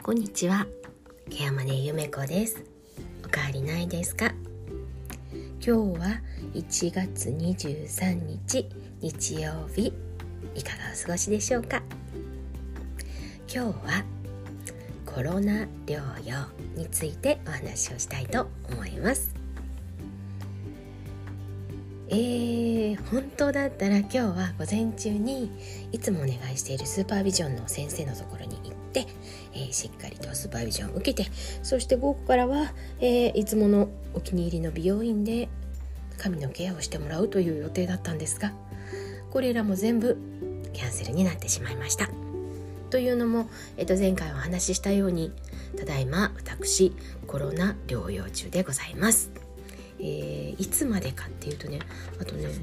こんにちは、ケアマネゆめこです。おかわりないですか？今日は1月23日日曜日、いかがお過ごしでしょうか？今日はコロナ療養についてお話をしたいと思います。本当だったら今日は午前中にいつもお願いしているスーパービジョンの先生のところに行って、しっかりとスーパービジョンを受けて、そして午後からは、いつものお気に入りの美容院で髪のケアをしてもらうという予定だったんですが、これらも全部キャンセルになってしまいました。というのも、前回お話ししたように、ただいま私コロナ療養中でございます。いつまでかっていうとね、あとね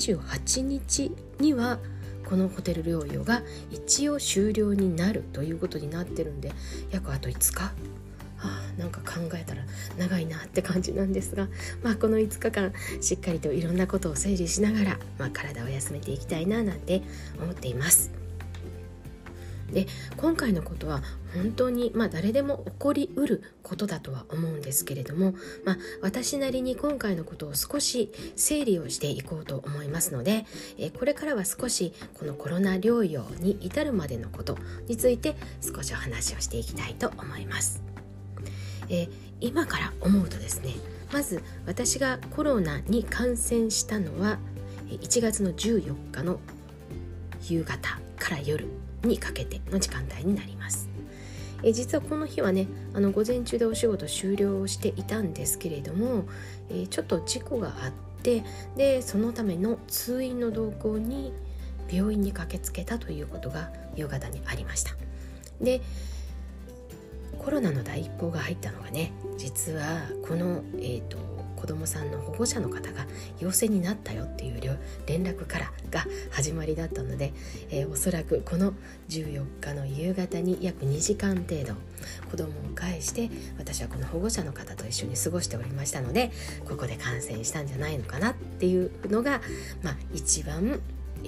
28日にはこのホテル療養が一応終了になるということになってるんで、約あと5日、なんか考えたら長いなって感じなんですが、この5日間しっかりといろんなことを整理しながら、体を休めていきたいななんて思っています。で、今回のことは本当に誰でも起こりうることだとは思うんですけれども、私なりに今回のことを少し整理をしていこうと思いますので、これからは少しこのコロナ療養に至るまでのことについて少しお話をしていきたいと思います。今から思うとですね、まず私がコロナに感染したのは1月の14日の夕方から夜にかけての時間帯になります。実はこの日はね、午前中でお仕事終了していたんですけれども、ちょっと事故があって、でそのための通院の同行に病院に駆けつけたということが夕方にありました。で、コロナの第一報が入ったのがね、実はこの、子どもさんの保護者の方が陽性になったよっていう連絡からが始まりだったので、おそらくこの14日の夕方に約2時間程度子どもを介して、私はこの保護者の方と一緒に過ごしておりましたので、ここで感染したんじゃないのかなっていうのが、一番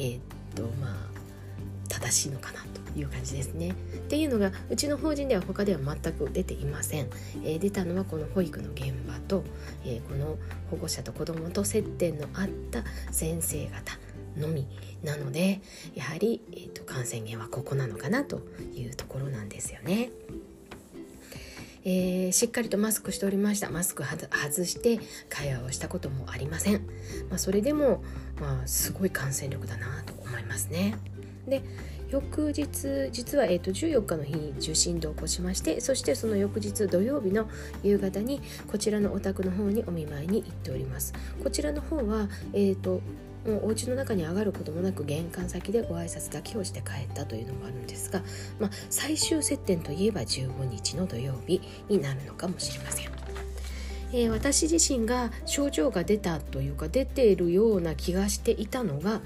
正しいのかなという感じですね。っていうのが、うちの法人では他では全く出ていません。出たのはこの保育の現場と、この保護者と子どもと接点のあった先生方のみなので、やはり、感染源はここなのかなというところなんですよね。しっかりとマスクしておりました。マスク外して会話をしたこともありません。それでも、すごい感染力だなと思いますね。で、翌日、実は、14日の日に受診同行しまして、そしてその翌日土曜日の夕方にこちらのお宅の方にお見舞いに行っております。こちらの方は、もうお家の中に上がることもなく玄関先でご挨拶だけをして帰ったというのもあるんですが、最終接点といえば15日の土曜日になるのかもしれません。私自身が症状が出たというか出ているような気がしていたのが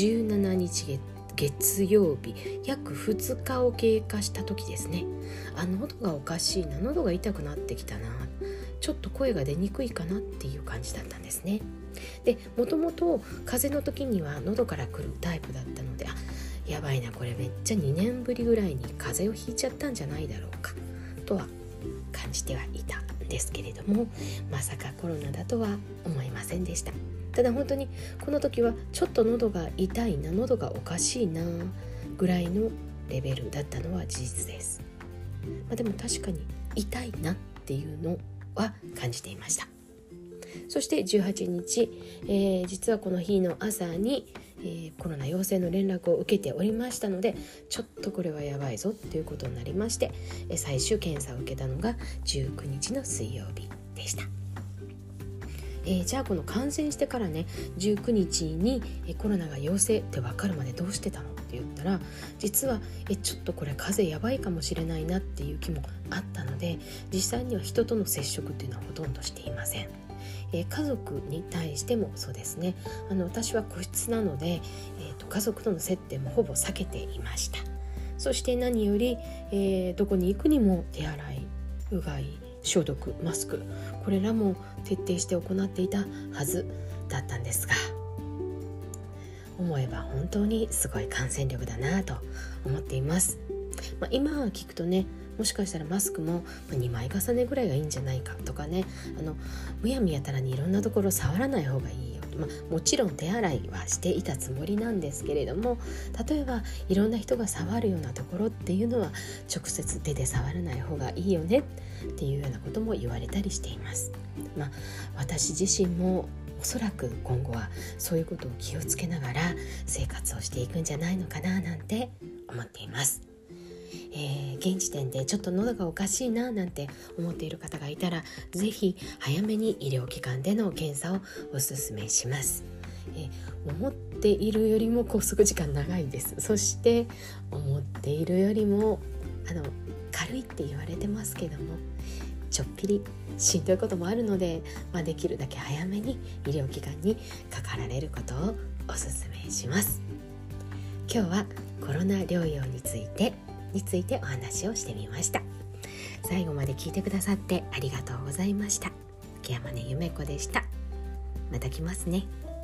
17日月曜日、約2日を経過した時ですね。喉がおかしいな、喉が痛くなってきたな、ちょっと声が出にくいかなっていう感じだったんですね。で、もともと風邪の時には喉から来るタイプだったので、やばいな、これめっちゃ2年ぶりぐらいに風邪をひいちゃったんじゃないだろうかとは感じてはいたんですけれども、まさかコロナだとは思いませんでした。ただ本当にこの時はちょっと喉が痛いな、喉がおかしいなぐらいのレベルだったのは事実です。でも確かに痛いなっていうのは感じていました。そして18日、実はこの日の朝に、コロナ陽性の連絡を受けておりましたので、ちょっとこれはやばいぞっていうことになりまして、最終検査を受けたのが19日の水曜日でした。じゃあこの感染してからね、19日にコロナが陽性って分かるまでどうしてたのって言ったら、実はちょっとこれ風邪やばいかもしれないなっていう気もあったので、実際には人との接触っていうのはほとんどしていません。家族に対してもそうですね。私は個室なので、家族との接点もほぼ避けていました。そして何より、どこに行くにも手洗い、うがい、消毒、マスク、これらも徹底して行っていたはずだったんですが、思えば本当にすごい感染力だなと思っています。今聞くとね、 もしかしたらマスクも2枚重ねぐらいがいいんじゃないかとかね、むやみやたらにいろんなところ触らない方がいいよ、もちろん手洗いはしていたつもりなんですけれども、例えばいろんな人が触るようなところっていうのは直接手で触らない方がいいよねっていうようなことも言われたりしています。私自身もおそらく今後はそういうことを気をつけながら生活をしていくんじゃないのかななんて思っています。現時点でちょっと喉がおかしいななんて思っている方がいたら、ぜひ早めに医療機関での検査をお勧めします。思っているよりも拘束時間長いです。そして思っているよりも軽いって言われてますけども、ちょっぴりしんどいこともあるので、できるだけ早めに医療機関にかかられることをお勧めします。今日はコロナ療養についてお話をしてみました。最後まで聞いてくださってありがとうございました。木山根ゆめ子でした。また来ますね。